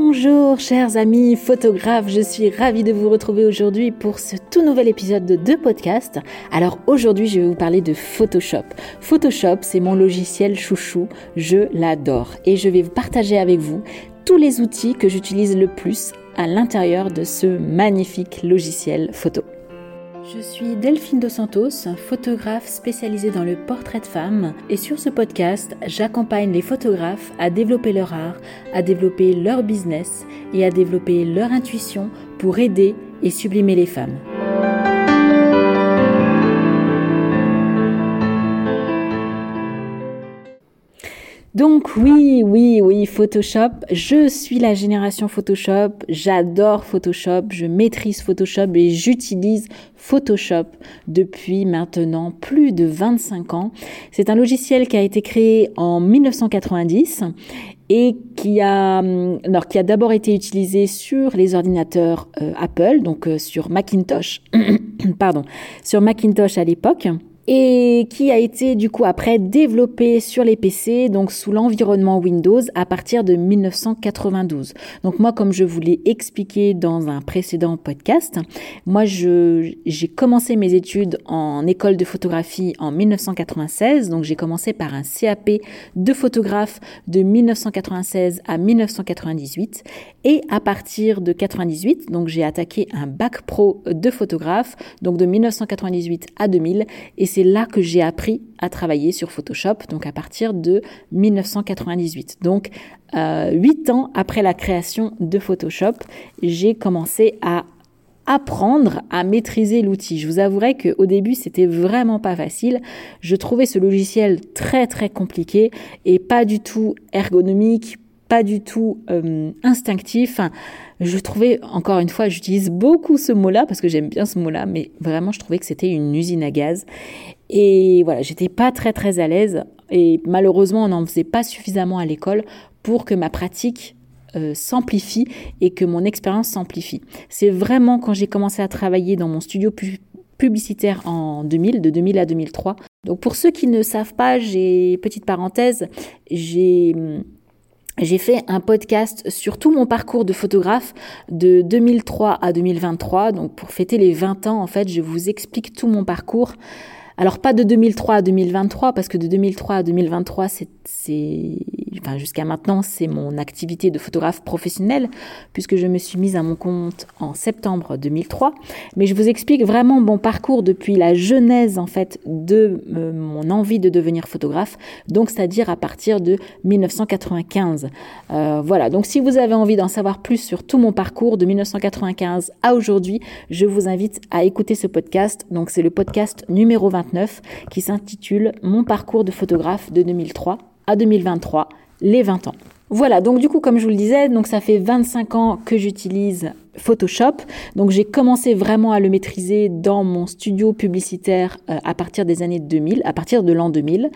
Bonjour chers amis photographes, je suis ravie de vous retrouver aujourd'hui pour ce tout nouvel épisode de podcast. Alors aujourd'hui je vais vous parler de Photoshop. Photoshop c'est mon logiciel chouchou, je l'adore et je vais vous partager avec vous tous les outils que j'utilise le plus à l'intérieur de ce magnifique logiciel photo. Je suis Delphine Dos Santos, photographe spécialisée dans le portrait de femmes et sur ce podcast, j'accompagne les photographes à développer leur art, à développer leur business et à développer leur intuition pour aider et sublimer les femmes. Donc oui, Photoshop, je suis la génération Photoshop, j'adore Photoshop, je maîtrise Photoshop et j'utilise Photoshop depuis maintenant plus de 25 ans. C'est un logiciel qui a été créé en 1990 et qui a d'abord été utilisé sur les ordinateurs Apple, donc sur Macintosh, sur Macintosh à l'époque. Et qui a été du coup après développé sur les PC, donc sous l'environnement Windows à partir de 1992. Donc moi, comme je vous l'ai expliqué dans un précédent podcast, moi j'ai commencé mes études en école de photographie en 1996, donc j'ai commencé par un CAP de photographe de 1996 à 1998 et à partir de 98, donc j'ai attaqué un bac pro de photographe, donc de 1998 à 2000 et c'est là que j'ai appris à travailler sur Photoshop, donc à partir de 1998. Donc, 8 ans après la création de Photoshop, j'ai commencé à apprendre à maîtriser l'outil. Je vous avouerai qu'au début, c'était vraiment pas facile. Je trouvais ce logiciel très, très compliqué et pas du tout ergonomique, pas du tout instinctif. Je trouvais, encore une fois, j'utilise beaucoup ce mot-là parce que j'aime bien ce mot-là, mais vraiment, je trouvais que c'était une usine à gaz. Et voilà, j'étais pas très, très à l'aise. Et malheureusement, on n'en faisait pas suffisamment à l'école pour que ma pratique s'amplifie et que mon expérience s'amplifie. C'est vraiment quand j'ai commencé à travailler dans mon studio publicitaire en 2000, de 2000 à 2003. Donc, pour ceux qui ne savent pas, petite parenthèse, j'ai fait un podcast sur tout mon parcours de photographe de 2003 à 2023. Donc, pour fêter les 20 ans, en fait, je vous explique tout mon parcours. Alors, pas de 2003 à 2023, parce que de 2003 à 2023, jusqu'à maintenant, c'est mon activité de photographe professionnelle, puisque je me suis mise à mon compte en septembre 2003. Mais je vous explique vraiment mon parcours depuis la genèse, en fait, de mon envie de devenir photographe, donc c'est-à-dire à partir de 1995. Voilà, donc si vous avez envie d'en savoir plus sur tout mon parcours de 1995 à aujourd'hui, je vous invite à écouter ce podcast. Donc, c'est le podcast numéro 29 qui s'intitule « Mon parcours de photographe de 2003 à 2023, les 20 ans ». Voilà, donc du coup, comme je vous le disais, donc ça fait 25 ans que j'utilise Photoshop. Donc j'ai commencé vraiment à le maîtriser dans mon studio publicitaire à partir des années 2000, à partir de l'an 2000.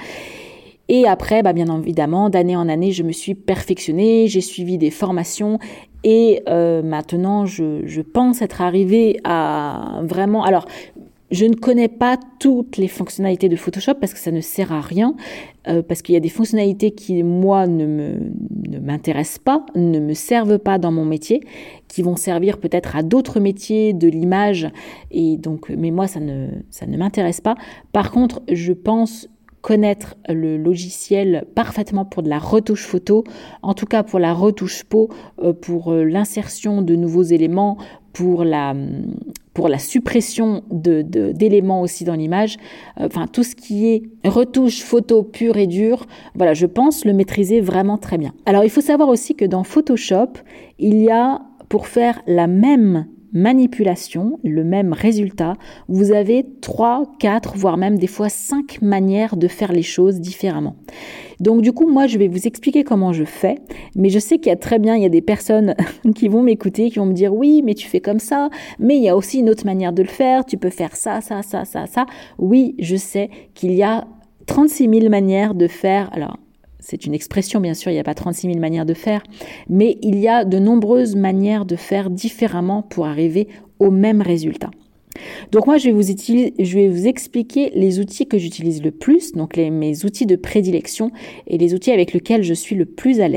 Et après, bien évidemment, d'année en année, je me suis perfectionnée, j'ai suivi des formations et maintenant, je pense être arrivée à vraiment... Alors, je ne connais pas toutes les fonctionnalités de Photoshop parce que ça ne sert à rien, parce qu'il y a des fonctionnalités qui, moi, ne m'intéressent pas, ne me servent pas dans mon métier, qui vont servir peut-être à d'autres métiers de l'image, et donc, mais moi, ça ne m'intéresse pas. Par contre, je pense connaître le logiciel parfaitement pour de la retouche photo, en tout cas pour la retouche peau, pour l'insertion de nouveaux éléments, pour la suppression d'éléments aussi dans l'image, tout ce qui est retouche photo pure et dure, voilà, je pense le maîtriser vraiment très bien. Alors, il faut savoir aussi que dans Photoshop, il y a, pour faire la même manipulation, le même résultat, vous avez 3, 4, voire même des fois 5 manières de faire les choses différemment. Donc du coup, moi, je vais vous expliquer comment je fais, mais je sais qu'il y a des personnes qui vont m'écouter, qui vont me dire « Oui, mais tu fais comme ça, mais il y a aussi une autre manière de le faire, tu peux faire ça, ça, ça, ça, ça. » Oui, je sais qu'il y a 36 000 manières de faire. Alors, c'est une expression, bien sûr, il n'y a pas 36 000 manières de faire, mais il y a de nombreuses manières de faire différemment pour arriver au même résultat. Donc moi, je vais vous expliquer les outils que j'utilise le plus, donc mes outils de prédilection et les outils avec lesquels je suis le plus à l'aise.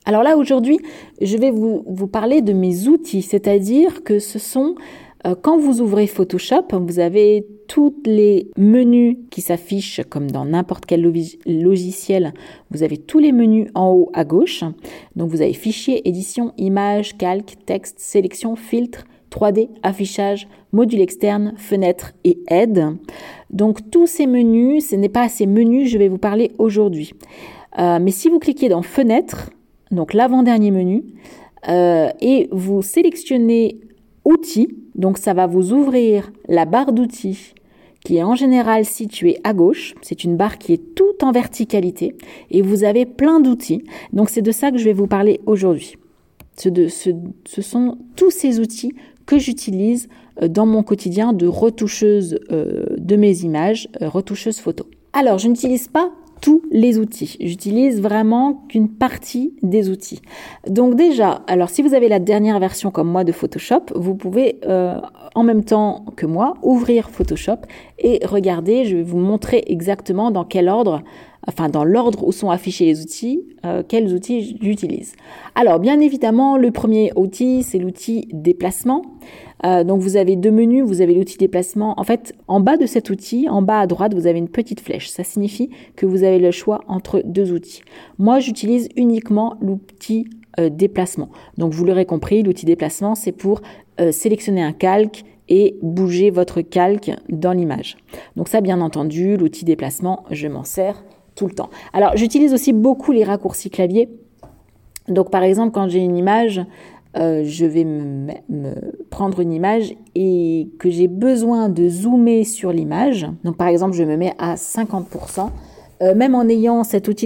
Alors là, aujourd'hui, je vais vous parler de mes outils, c'est-à-dire que ce sont, quand vous ouvrez Photoshop, vous avez tous les menus qui s'affichent comme dans n'importe quel logiciel. Vous avez tous les menus en haut à gauche. Donc vous avez Fichier, Édition, Images, Calque, Texte, Sélection, Filtre, 3D, Affichage, Module externe, Fenêtre et Aide. Donc tous ces menus, ce n'est pas à ces menus que je vais vous parler aujourd'hui. Mais si vous cliquez dans Fenêtre, donc l'avant-dernier menu, et vous sélectionnez Outils, donc ça va vous ouvrir la barre d'outils qui est en général située à gauche. C'est une barre qui est toute en verticalité et vous avez plein d'outils. Donc c'est de ça que je vais vous parler aujourd'hui. Ce sont tous ces outils que j'utilise dans mon quotidien de retoucheuse de mes images, retoucheuse photo. Alors, je n'utilise pas tous les outils. J'utilise vraiment qu'une partie des outils. Donc déjà, alors si vous avez la dernière version comme moi de Photoshop, vous pouvez en même temps que moi ouvrir Photoshop et regarder, je vais vous montrer exactement dans quel ordre, enfin dans l'ordre où sont affichés les outils, quels outils j'utilise. Alors bien évidemment, le premier outil, c'est l'outil déplacement. Donc vous avez deux menus, vous avez l'outil déplacement. En fait, en bas de cet outil, en bas à droite, vous avez une petite flèche. Ça signifie que vous avez le choix entre deux outils. Moi, j'utilise uniquement l'outil déplacement. Donc vous l'aurez compris, l'outil déplacement, c'est pour sélectionner un calque et bouger votre calque dans l'image. Donc ça, bien entendu, l'outil déplacement, je m'en sers tout le temps. Alors, j'utilise aussi beaucoup les raccourcis clavier. Donc par exemple, quand j'ai une image, je vais me prendre une image et que j'ai besoin de zoomer sur l'image. Donc par exemple, je me mets à 50%. Même en ayant cet outil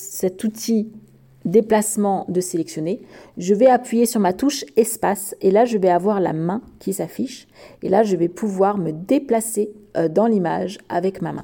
déplacement de sélectionner, je vais appuyer sur ma touche espace et là, je vais avoir la main qui s'affiche. Et là, je vais pouvoir me déplacer dans l'image avec ma main.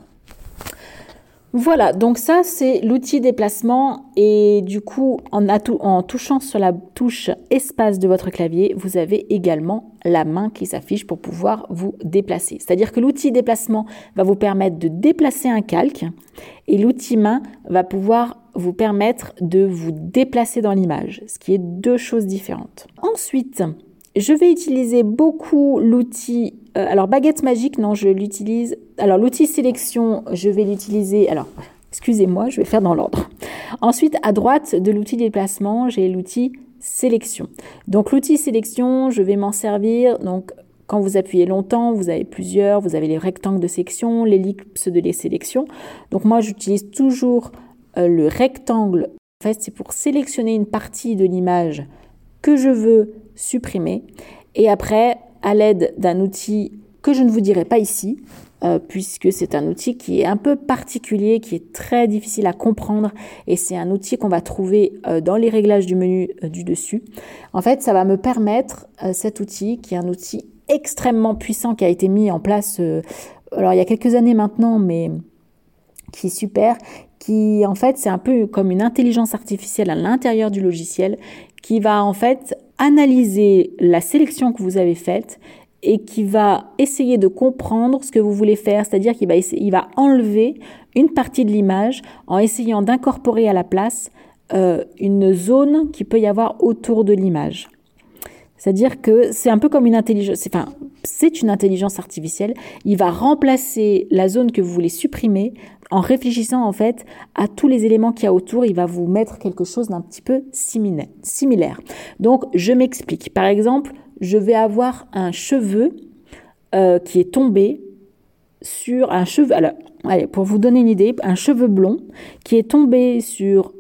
Voilà, donc ça c'est l'outil déplacement et du coup en touchant sur la touche espace de votre clavier, vous avez également la main qui s'affiche pour pouvoir vous déplacer. C'est-à-dire que l'outil déplacement va vous permettre de déplacer un calque et l'outil main va pouvoir vous permettre de vous déplacer dans l'image, ce qui est deux choses différentes. Ensuite, je vais utiliser beaucoup l'outil, alors baguette magique, non, je l'utilise. Alors l'outil sélection, je vais l'utiliser, alors excusez-moi, je vais faire dans l'ordre. Ensuite, à droite de l'outil déplacement, j'ai l'outil sélection. Donc l'outil sélection, je vais m'en servir, donc quand vous appuyez longtemps, vous avez les rectangles de sélection, l'ellipse de les sélections. Donc moi, j'utilise toujours le rectangle. En fait, c'est pour sélectionner une partie de l'image que je veux supprimer. Et après, à l'aide d'un outil que je ne vous dirai pas ici, puisque c'est un outil qui est un peu particulier, qui est très difficile à comprendre, et c'est un outil qu'on va trouver dans les réglages du menu du dessus. En fait, ça va me permettre, cet outil, qui est un outil extrêmement puissant, qui a été mis en place, alors il y a quelques années maintenant, mais qui est super, qui en fait c'est un peu comme une intelligence artificielle à l'intérieur du logiciel, qui va en fait analyser la sélection que vous avez faite et qui va essayer de comprendre ce que vous voulez faire, c'est-à-dire qu'il va enlever une partie de l'image en essayant d'incorporer à la place une zone qui peut y avoir autour de l'image. C'est-à-dire que c'est un peu comme une intelligence, c'est une intelligence artificielle. Il va remplacer la zone que vous voulez supprimer en réfléchissant en fait à tous les éléments qu'il y a autour. Il va vous mettre quelque chose d'un petit peu similaire. Donc, je m'explique. Par exemple, je vais avoir un cheveu qui est tombé sur un cheveu. Alors, allez, pour vous donner une idée, un cheveu blond qui est tombé sur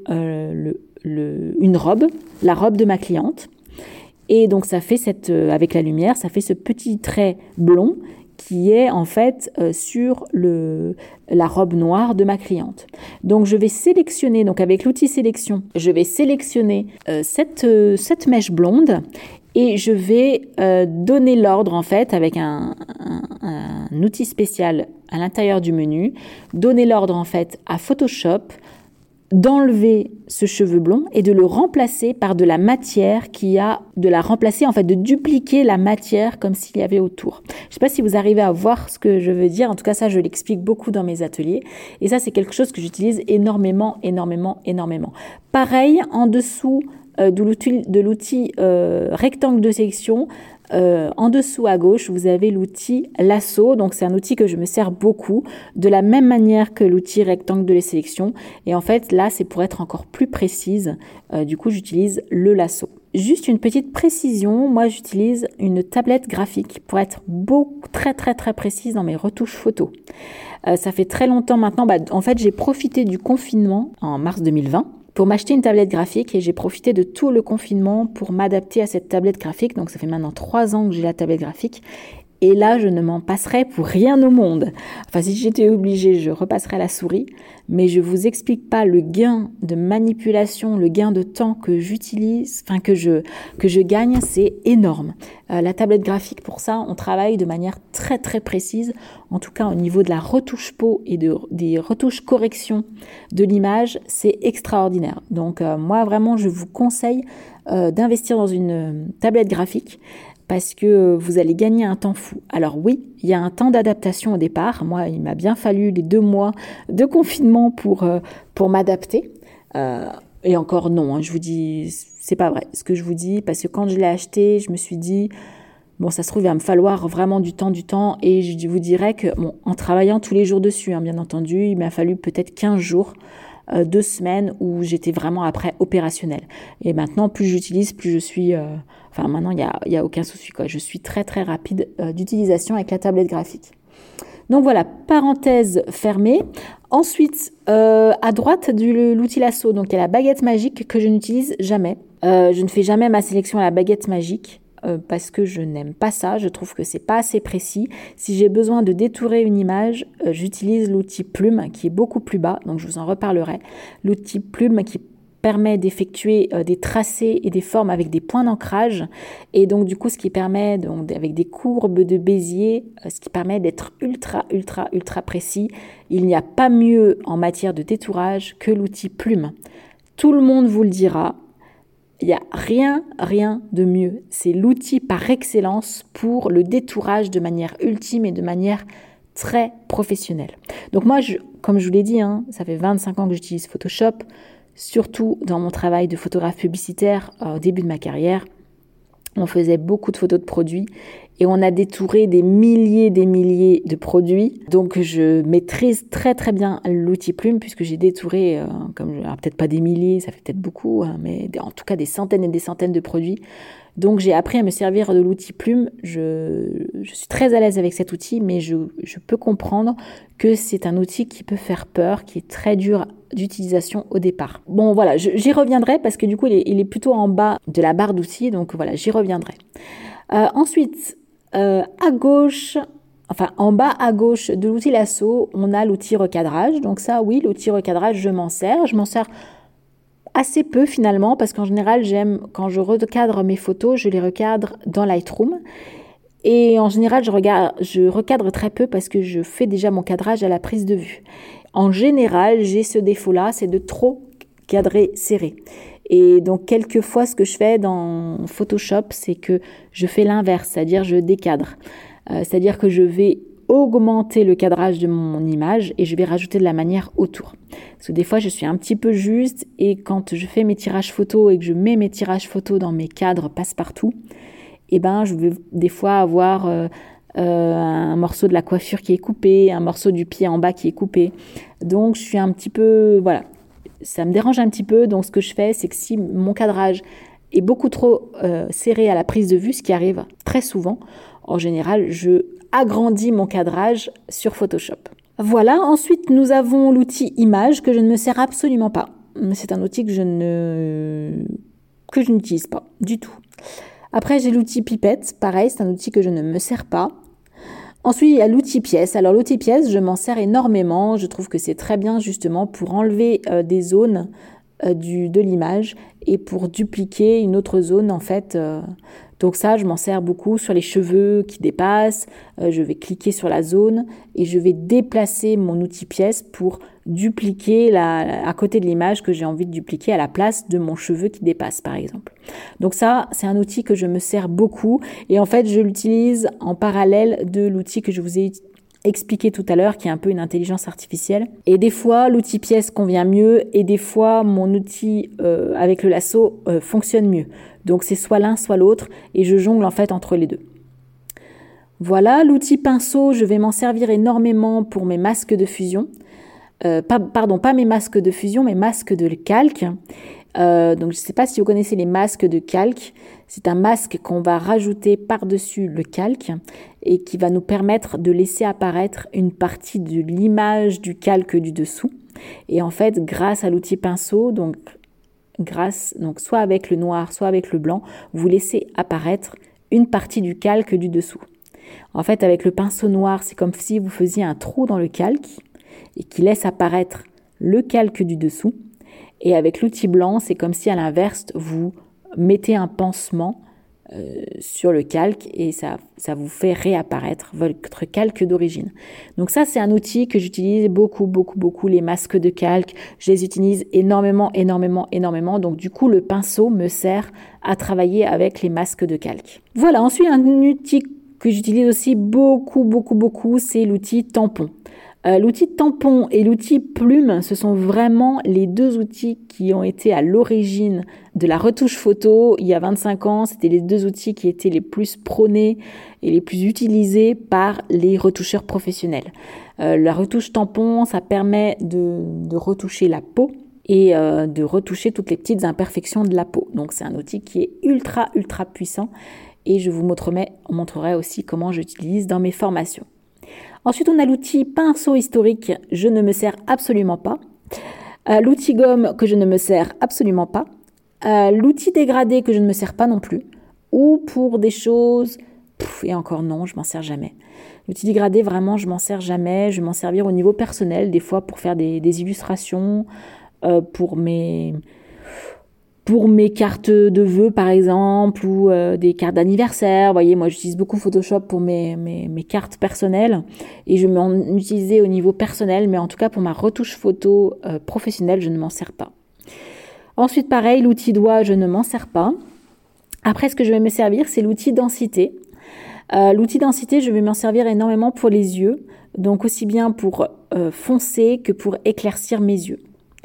une robe, la robe de ma cliente. Et donc ça fait avec la lumière, ça fait ce petit trait blond qui est en fait sur la robe noire de ma cliente. Donc je vais sélectionner, donc avec l'outil sélection, je vais sélectionner cette mèche blonde et je vais donner l'ordre en fait avec un outil spécial à l'intérieur du menu, donner l'ordre en fait à Photoshop d'enlever ce cheveu blond et de le remplacer par de la matière de dupliquer la matière comme s'il y avait autour. Je ne sais pas si vous arrivez à voir ce que je veux dire. En tout cas, ça, je l'explique beaucoup dans mes ateliers. Et ça, c'est quelque chose que j'utilise énormément. Pareil, en dessous de l'outil rectangle de sélection, en dessous à gauche, vous avez l'outil lasso. Donc, c'est un outil que je me sers beaucoup, de la même manière que l'outil rectangle de sélection. Et en fait, là, c'est pour être encore plus précise. Du coup, j'utilise le lasso. Juste une petite précision, moi j'utilise une tablette graphique pour être très précise dans mes retouches photos. Ça fait très longtemps maintenant, en fait j'ai profité du confinement en mars 2020 pour m'acheter une tablette graphique et j'ai profité de tout le confinement pour m'adapter à cette tablette graphique. Donc ça fait maintenant 3 ans que j'ai la tablette graphique. Et là, je ne m'en passerai pour rien au monde. Enfin, si j'étais obligée, je repasserais la souris. Mais je vous explique pas le gain de manipulation, le gain de temps que j'utilise, enfin que je gagne, c'est énorme. La tablette graphique, pour ça, on travaille de manière très précise. En tout cas, au niveau de la retouche peau et des retouches correction de l'image, c'est extraordinaire. Donc, moi, vraiment, je vous conseille d'investir dans une tablette graphique, parce que vous allez gagner un temps fou. Alors oui, il y a un temps d'adaptation au départ. Moi, il m'a bien fallu les 2 mois de confinement pour m'adapter. Et encore non, je vous dis, c'est pas vrai ce que je vous dis, parce que quand je l'ai acheté, je me suis dit, bon, ça se trouve, il va me falloir vraiment du temps. Et je vous dirais que, bon, en travaillant tous les jours dessus, bien entendu, il m'a fallu peut-être 15 jours, 2 semaines où j'étais vraiment après opérationnelle. Et maintenant, plus j'utilise, plus je suis... maintenant, il y a aucun souci, quoi. Je suis très rapide d'utilisation avec la tablette graphique. Donc voilà, parenthèse fermée. Ensuite, à droite de l'outil lasso, donc il y a la baguette magique que je n'utilise jamais. Je ne fais jamais ma sélection à la baguette magique. Parce que je n'aime pas ça, je trouve que c'est pas assez précis. Si j'ai besoin de détourer une image, j'utilise l'outil plume qui est beaucoup plus bas, donc je vous en reparlerai. L'outil plume qui permet d'effectuer des tracés et des formes avec des points d'ancrage, et donc du coup ce qui permet, donc, avec des courbes de Bézier, ce qui permet d'être ultra précis. Il n'y a pas mieux en matière de détourage que l'outil plume. Tout le monde vous le dira. Il n'y a rien de mieux. C'est l'outil par excellence pour le détourage de manière ultime et de manière très professionnelle. Donc moi, comme je vous l'ai dit, ça fait 25 ans que j'utilise Photoshop, surtout dans mon travail de photographe publicitaire au début de ma carrière. On faisait beaucoup de photos de produits et on a détouré des milliers de produits. Donc, je maîtrise très bien l'outil plume puisque j'ai détouré, peut-être pas des milliers, ça fait peut-être beaucoup, mais en tout cas des centaines et des centaines de produits. Donc, j'ai appris à me servir de l'outil plume. Je suis très à l'aise avec cet outil, mais je peux comprendre que c'est un outil qui peut faire peur, qui est très dur d'utilisation au départ. Bon, voilà, j'y reviendrai parce que du coup, il est plutôt en bas de la barre d'outils. Donc, voilà, j'y reviendrai. Ensuite, à gauche, en bas à gauche de l'outil lasso, on a l'outil recadrage. Donc ça, oui, l'outil recadrage, je m'en sers. Je m'en sers assez peu finalement parce qu'en général, quand je recadre mes photos, je les recadre dans Lightroom. Et en général, je recadre très peu parce que je fais déjà mon cadrage à la prise de vue. En général, j'ai ce défaut-là, c'est de trop cadrer serré. Et donc, quelquefois, ce que je fais dans Photoshop, c'est que je fais l'inverse, c'est-à-dire je décadre. C'est-à-dire que je vais augmenter le cadrage de mon image et je vais rajouter de la manière autour. Parce que des fois, je suis un petit peu juste et quand je fais mes tirages photos et que je mets mes tirages photos dans mes cadres passe-partout, je vais des fois avoir un morceau de la coiffure qui est coupé, un morceau du pied en bas qui est coupé. Donc, je suis un petit peu... Voilà, ça me dérange un petit peu. Donc, ce que je fais, c'est que si mon cadrage est beaucoup trop serré à la prise de vue, ce qui arrive très souvent, en général, je agrandis mon cadrage sur Photoshop. Voilà, ensuite, nous avons l'outil image que je ne me sers absolument pas. C'est un outil que je n'utilise pas du tout. Après, j'ai l'outil pipette. Pareil, c'est un outil que je ne me sers pas. Ensuite, il y a l'outil pièce. Alors, l'outil pièce, je m'en sers énormément. Je trouve que c'est très bien, justement, pour enlever des zones de l'image et pour dupliquer une autre zone, en fait. Donc ça, je m'en sers beaucoup sur les cheveux qui dépassent. Je vais cliquer sur la zone et je vais déplacer mon outil pièce pour dupliquer à côté de l'image que j'ai envie de dupliquer à la place de mon cheveu qui dépasse, par exemple. Donc ça, c'est un outil que je me sers beaucoup et en fait, je l'utilise en parallèle de l'outil que je vous ai expliqué tout à l'heure, qui est un peu une intelligence artificielle. Et des fois, l'outil pièce convient mieux et des fois, mon outil avec le lasso fonctionne mieux. Donc, c'est soit l'un, soit l'autre et je jongle en fait entre les deux. Voilà, l'outil pinceau, je vais m'en servir énormément pour mes masques de fusion. Pas mes masques de fusion, mes masques de calque. Donc, je ne sais pas si vous connaissez les masques de calque. C'est un masque qu'on va rajouter par-dessus le calque et qui va nous permettre de laisser apparaître une partie de l'image du calque du dessous. Et en fait, grâce à l'outil pinceau, donc soit avec le noir, soit avec le blanc, vous laissez apparaître une partie du calque du dessous. En fait, avec le pinceau noir, c'est comme si vous faisiez un trou dans le calque et qui laisse apparaître le calque du dessous. Et avec l'outil blanc, c'est comme si à l'inverse, vous mettez un pansement sur le calque et ça vous fait réapparaître votre calque d'origine. Donc ça, c'est un outil que j'utilise beaucoup, les masques de calque. Je les utilise énormément. Donc du coup, le pinceau me sert à travailler avec les masques de calque. Voilà, ensuite, un outil que j'utilise aussi beaucoup, c'est l'outil tampon. L'outil tampon et l'outil plume, ce sont vraiment les deux outils qui ont été à l'origine de la retouche photo. Il y a 25 ans, c'était les deux outils qui étaient les plus prônés et les plus utilisés par les retoucheurs professionnels. La retouche tampon, ça permet de retoucher la peau et de retoucher toutes les petites imperfections de la peau. Donc c'est un outil qui est ultra puissant et je vous montrerai aussi comment j'utilise dans mes formations. Ensuite, on a l'outil pinceau historique, je ne me sers absolument pas. L'outil gomme que je ne me sers absolument pas. L'outil dégradé que je ne me sers pas non plus. Ou pour des choses, et encore non, je m'en sers jamais. L'outil dégradé, vraiment, je m'en sers jamais. Je vais m'en servir au niveau personnel, des fois pour faire des illustrations, pour mes cartes de vœux par exemple ou des cartes d'anniversaire. Vous voyez, moi j'utilise beaucoup Photoshop pour mes cartes personnelles et je vais m'en utiliser au niveau personnel, mais en tout cas pour ma retouche photo professionnelle, je ne m'en sers pas. Ensuite pareil, l'outil doigt, je ne m'en sers pas. Après, ce que je vais me servir, c'est l'outil densité. L'outil densité, je vais m'en servir énormément pour les yeux, donc aussi bien pour foncer que pour éclaircir mes yeux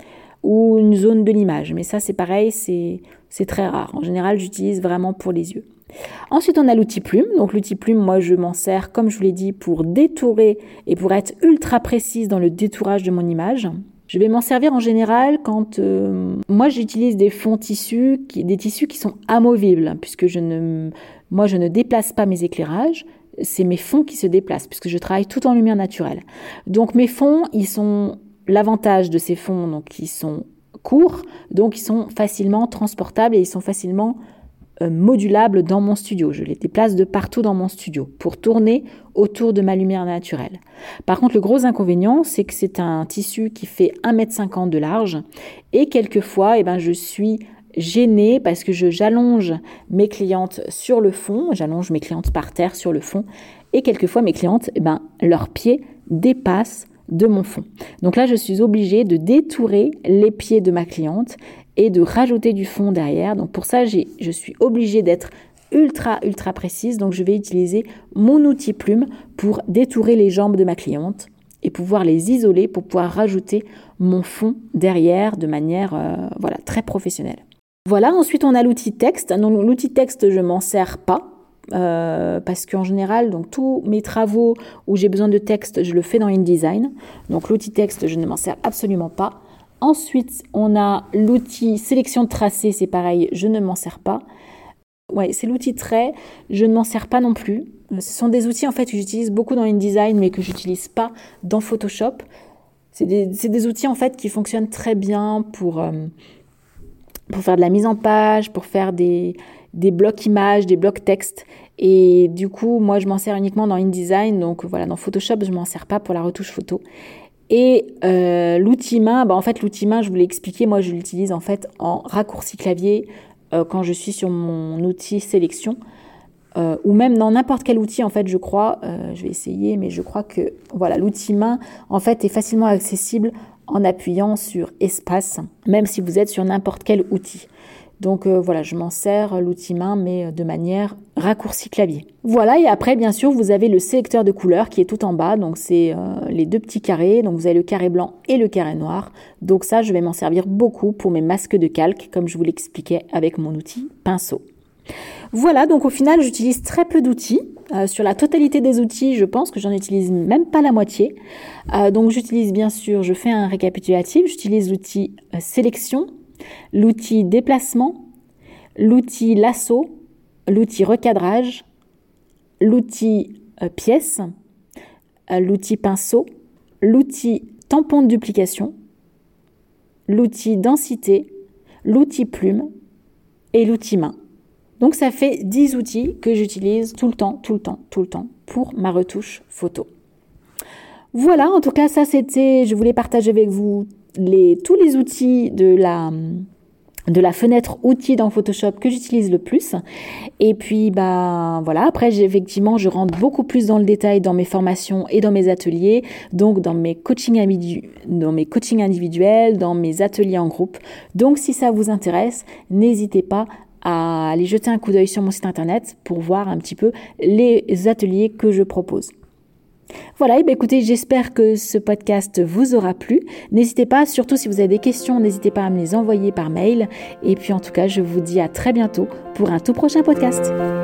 ou une zone de l'image. Mais ça, c'est pareil, c'est très rare. En général, j'utilise vraiment pour les yeux. Ensuite, on a l'outil plume. Donc, l'outil plume, moi, je m'en sers, comme je vous l'ai dit, pour détourer et pour être ultra précise dans le détourage de mon image. Je vais m'en servir en général quand moi, j'utilise des fonds tissus, des tissus qui sont amovibles, puisque moi, je ne déplace pas mes éclairages. C'est mes fonds qui se déplacent, puisque je travaille tout en lumière naturelle. Donc, mes fonds, l'avantage de ces fonds, donc ils sont courts, donc ils sont facilement transportables et ils sont facilement modulables dans mon studio. Je les déplace de partout dans mon studio pour tourner autour de ma lumière naturelle. Par contre, le gros inconvénient, c'est que c'est un tissu qui fait 1,50 m de large et quelquefois, je suis gênée parce que j'allonge mes clientes sur le fond, j'allonge mes clientes par terre sur le fond et quelquefois mes clientes, leurs pieds dépassent de mon fond. Donc là, je suis obligée de détourer les pieds de ma cliente et de rajouter du fond derrière. Donc pour ça, je suis obligée d'être ultra précise. Donc je vais utiliser mon outil plume pour détourer les jambes de ma cliente et pouvoir les isoler pour pouvoir rajouter mon fond derrière de manière très professionnelle. Voilà, ensuite on a l'outil texte. Donc l'outil texte, je m'en sers pas. Parce qu'en général, donc tous mes travaux où j'ai besoin de texte, je le fais dans InDesign. Donc l'outil texte, je ne m'en sers absolument pas. Ensuite, on a l'outil sélection de tracé, c'est pareil, je ne m'en sers pas. Ouais, c'est l'outil trait, je ne m'en sers pas non plus. Ce sont des outils en fait que j'utilise beaucoup dans InDesign, mais que j'utilise pas dans Photoshop. C'est des outils en fait qui fonctionnent très bien pour faire de la mise en page, pour faire des blocs images, des blocs texte. Et du coup, moi, je m'en sers uniquement dans InDesign. Donc voilà, dans Photoshop, je m'en sers pas pour la retouche photo. Et l'outil main, l'outil main, je vous l'ai expliqué, moi, je l'utilise en fait en raccourci clavier quand je suis sur mon outil sélection. Ou même dans n'importe quel outil, en fait, je crois. Je vais essayer, mais je crois que voilà, l'outil main, en fait, est facilement accessible en appuyant sur espace, même si vous êtes sur n'importe quel outil. Donc voilà, je m'en sers l'outil main, mais de manière raccourci clavier. Voilà, et après, bien sûr, vous avez le sélecteur de couleurs qui est tout en bas. Donc c'est les deux petits carrés. Donc vous avez le carré blanc et le carré noir. Donc ça, je vais m'en servir beaucoup pour mes masques de calque, comme je vous l'expliquais avec mon outil pinceau. Voilà, donc au final, j'utilise très peu d'outils. Sur la totalité des outils, je pense que j'en utilise même pas la moitié. Donc j'utilise bien sûr, je fais un récapitulatif, j'utilise l'outil sélection, l'outil déplacement, l'outil lasso, l'outil recadrage, l'outil pièce, l'outil pinceau, l'outil tampon de duplication, l'outil densité, l'outil plume et l'outil main. Donc ça fait 10 outils que j'utilise tout le temps pour ma retouche photo. Voilà, en tout cas ça c'était, je voulais partager avec vous tous les outils de la fenêtre outils dans Photoshop que j'utilise le plus. Et puis voilà, après effectivement je rentre beaucoup plus dans le détail dans mes formations et dans mes ateliers, donc dans mes coachings individuels, dans mes ateliers en groupe. Donc si ça vous intéresse, n'hésitez pas à aller jeter un coup d'œil sur mon site internet pour voir un petit peu les ateliers que je propose. Voilà, et écoutez, j'espère que ce podcast vous aura plu. N'hésitez pas, surtout si vous avez des questions, n'hésitez pas à me les envoyer par mail. Et puis en tout cas, je vous dis à très bientôt pour un tout prochain podcast.